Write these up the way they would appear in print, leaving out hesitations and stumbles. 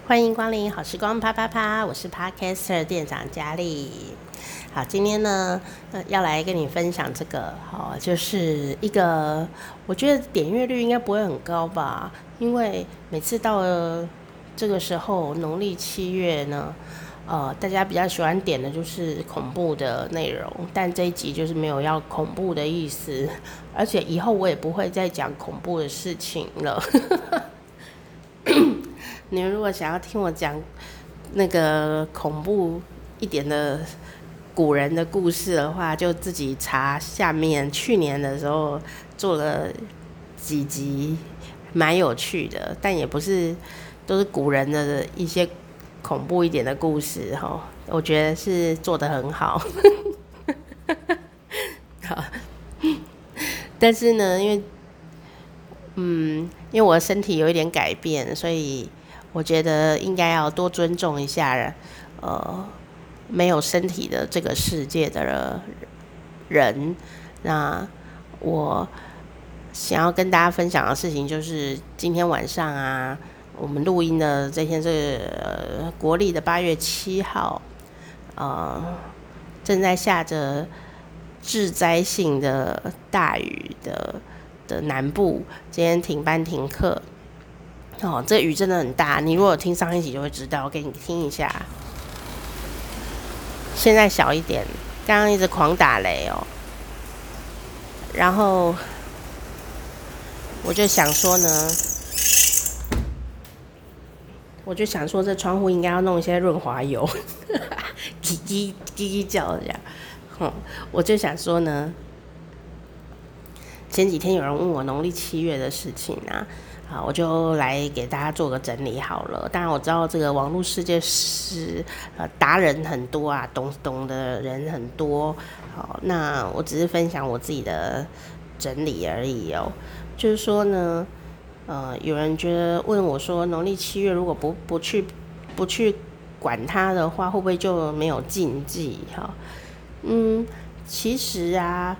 欢迎光临好时光啪啪啪，我是 Podcaster 店长佳丽。好，今天呢，要来跟你分享这个，就是一个我觉得点阅率应该不会很高吧，因为每次到了这个时候，农历7月呢，大家比较喜欢点的就是恐怖的内容，但这一集就是没有要恐怖的意思，而且以后我也不会再讲恐怖的事情了。你们如果想要听我讲那个恐怖一点的古人的故事的话，就自己查下面去年的时候做了几集，蛮有趣的，但也不是都是古人的一些恐怖一点的故事哈，我觉得是做得很好。好，但是呢，因为我的身体有一点改变，所以我觉得应该要多尊重一下没有身体的这个世界的人。那我想要跟大家分享的事情就是今天晚上啊，我们录音的这天是国历的8月7号，正在下着致灾性的大雨的南部，今天停班停课。这雨真的很大，你如果听上一集就会知道，我给你听一下。现在小一点，刚刚一直狂打雷哦。然后我就想说这窗户应该要弄一些润滑油，叽叽叽叽叫这样。我就想说呢，前几天有人问我农历7月的事情啊，我就来给大家做个整理好了。当然我知道这个网络世界是达人很多啊，懂的人很多。好，那我只是分享我自己的整理而已哦。就是说呢，有人问我说，农历7月如果不去管它的话，会不会就没有禁忌？其实啊，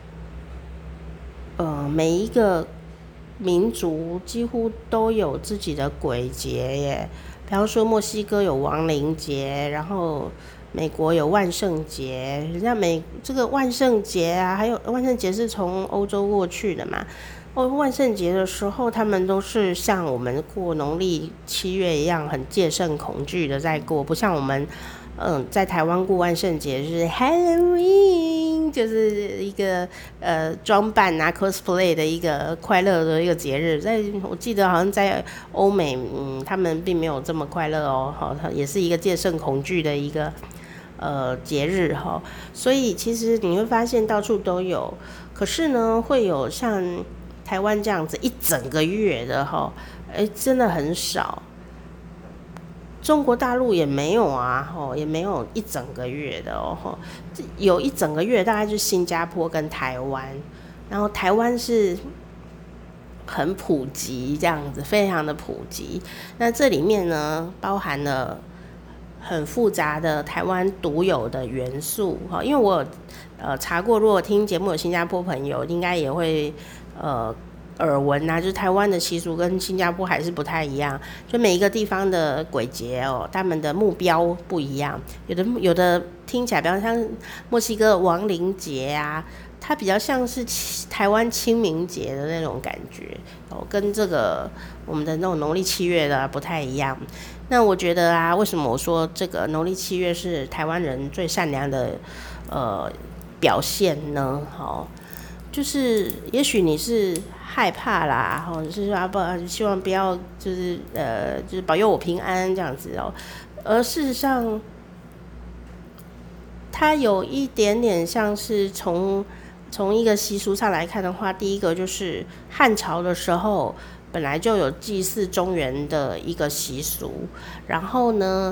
每一个民族几乎都有自己的鬼节耶，比方说墨西哥有亡灵节，然后美国有万圣节。人家这个万圣节啊，还有万圣节是从欧洲过去的嘛。万圣节的时候，他们都是像我们过农历7月一样，很戒慎恐惧的在过，不像我们在台湾过万圣节是 Halloween， 就是一个装扮啊 cosplay 的一个快乐的一个节日。我记得好像在欧美，他们并没有这么快乐哦，也是一个戒慎恐惧的一个节日哈。所以其实你会发现到处都有，可是呢，会有像台湾这样子一整个月的真的很少。中国大陆也没有啊，也没有一整个月的哦。有一整个月大概就是新加坡跟台湾，然后台湾是很普及这样子，非常的普及。那这里面呢，包含了很复杂的台湾独有的元素。因为我查过，如果听节目有新加坡朋友，应该也会耳闻啊，就是台湾的习俗跟新加坡还是不太一样，就每一个地方的鬼节他们的目标不一样。有的听起来比较像墨西哥亡灵节啊，它比较像是台湾清明节的那种感觉跟这个我们的那种农历7月的不太一样。那我觉得啊，为什么我说这个农历7月是台湾人最善良的表现呢？就是也许你是害怕啦，就是说希望不要就是保佑我平安这样子而事实上，它有一点点像是从一个习俗上来看的话，第一个就是汉朝的时候本来就有祭祀中原的一个习俗，然后呢，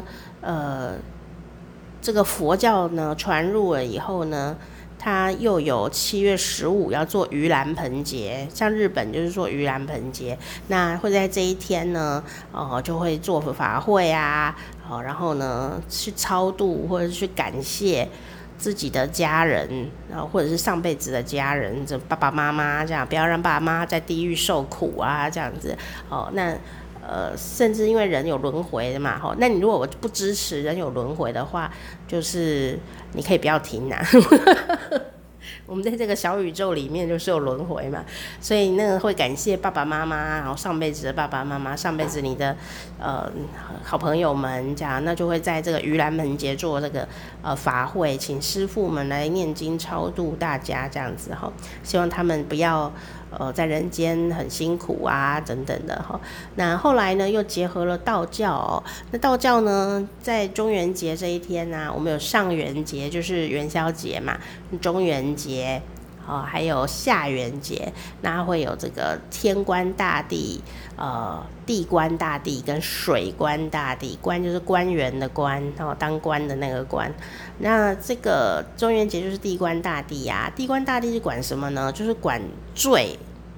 这个佛教呢传入了以后呢，它又有7月15要做盂兰盆节，像日本就是说盂兰盆节，那会在这一天呢，就会做法会啊，然后呢去超度或者是去感谢自己的家人，或者是上辈子的家人，这爸爸妈妈这样，不要让爸爸妈妈在地狱受苦啊，这样子。那甚至因为人有轮回的嘛，那你如果不支持人有轮回的话，就是你可以不要听啊。我们在这个小宇宙里面就是有轮回嘛，所以那个会感谢爸爸妈妈，然后上辈子的爸爸妈妈，上辈子你的好朋友们这样，那就会在这个盂兰盆节做这个法会，请师父们来念经超度大家这样子哈，希望他们不要在人间很辛苦啊等等的哈。那后来呢又结合了道教那道教呢在中元节这一天啊，我们有上元节就是元宵节嘛，中元节还有下元节，那会有这个天官大帝、地官大帝跟水官大帝，官就是官员的官，当官的那个官。那这个中元节就是地官大帝啊，地官大帝是管什么呢？就是管罪。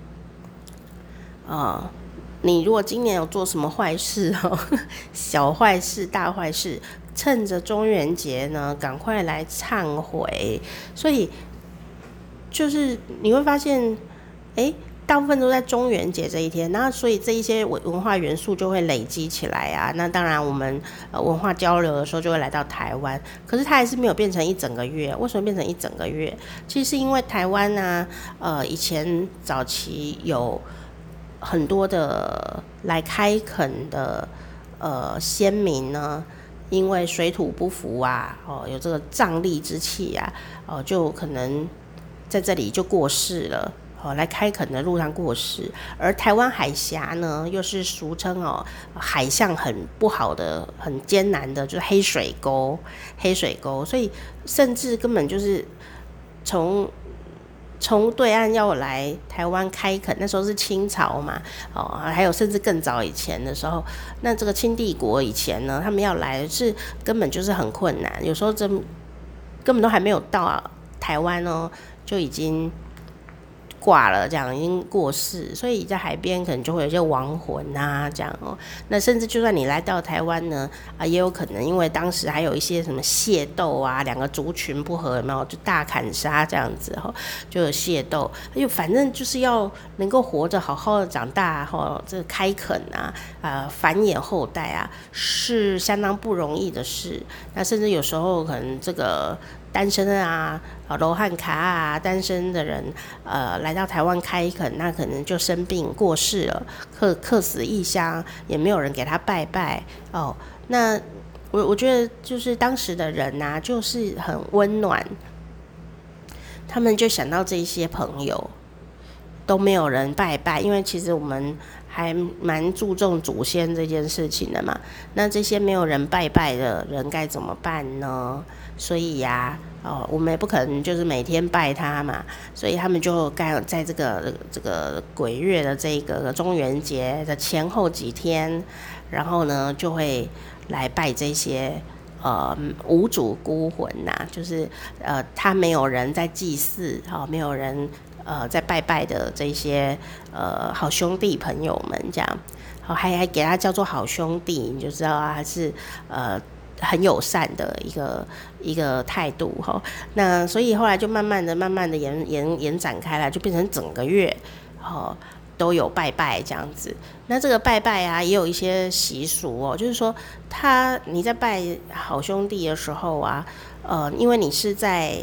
你如果今年有做什么坏事小坏事、大坏事，趁着中元节呢，赶快来忏悔。所以就是你会发现，大部分都在中元节这一天，那所以这一些文化元素就会累积起来啊。那当然，我们文化交流的时候就会来到台湾，可是它还是没有变成一整个月。为什么变成一整个月？其实是因为台湾啊，以前早期有很多的来开垦的先民呢，因为水土不服啊，有这个瘴疠之气啊，就可能在这里就过世了。来开垦的路上过世，而台湾海峡呢，又是俗称海象很不好的、很艰难的，就是黑水沟，所以甚至根本就是从对岸要来台湾开垦，那时候是清朝嘛，还有甚至更早以前的时候，那这个清帝国以前呢，他们要来是根本就是很困难，有时候根本都还没有到台湾就已经挂了，这样已经过世，所以在海边可能就会有一些亡魂啊，这样那甚至就算你来到台湾呢，也有可能因为当时还有一些什么械斗啊，两个族群不合，有没有就大砍杀这样子就有械斗，反正就是要能够活着好好的长大这个开垦啊，繁衍后代啊，是相当不容易的事。那甚至有时候可能这个单身啊、罗汉卡啊，单身的人来到台湾开垦，那可能就生病过世了，客死异乡，也没有人给他拜拜那我觉得就是当时的人啊，就是很温暖，他们就想到这些朋友都没有人拜拜，因为其实我们还蛮注重祖先这件事情的嘛。那这些没有人拜拜的人该怎么办呢？所以呀，我们也不可能就是每天拜他嘛，所以他们就该在这个鬼月的这个中元节的前后几天，然后呢就会来拜这些无主孤魂就是他没有人在祭祀没有人在拜拜的这些好兄弟朋友们这样，还给他叫做好兄弟，你就知道他是很友善的一个态度那所以后来就慢慢的延展开来，就变成整个月都有拜拜这样子。那这个拜拜啊，也有一些习俗就是说你在拜好兄弟的时候啊，因为你是在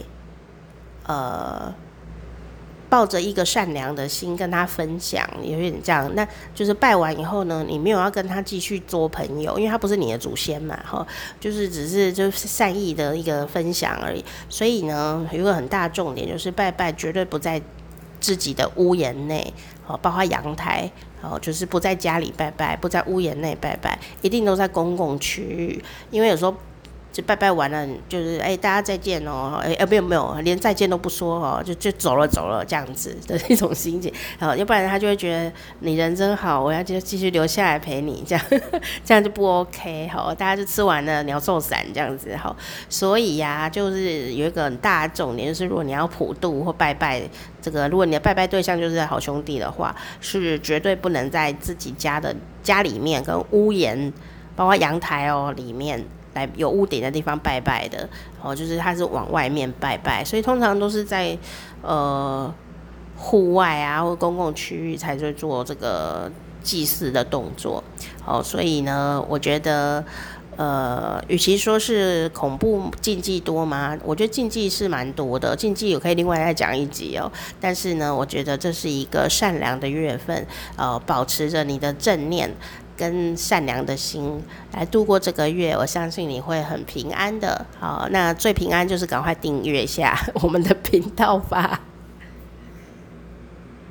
抱着一个善良的心跟他分享，有点这样，那就是拜完以后呢，你没有要跟他继续做朋友，因为他不是你的祖先嘛就是只是就是善意的一个分享而已。所以呢，有一个很大的重点就是拜拜绝对不在自己的屋檐内包括阳台就是不在家里拜拜，不在屋檐内拜拜，一定都在公共区域。因为有时候就拜拜完了，就是大家再见没有，连再见都不说就走了这样子的一种心情要不然他就会觉得你人真好，我要就继续留下来陪你这样这样就不 OK 大家就吃完了鸟兽散这样子所以呀，就是有一个很大的重点，就是如果你要普渡或拜拜这个，如果你的拜拜对象就是好兄弟的话，是绝对不能在自己家里面跟屋檐包括阳台里面来有屋顶的地方拜拜的就是它是往外面拜拜，所以通常都是在户外啊或公共区域才会做这个祭祀的动作。所以呢，我觉得与其说是恐怖禁忌多吗？我觉得禁忌是蛮多的，禁忌我可以另外再讲一集哦。但是呢，我觉得这是一个善良的月份，保持着你的正念跟善良的心来度过这个月，我相信你会很平安的。好，那最平安就是赶快订阅一下我们的频道吧。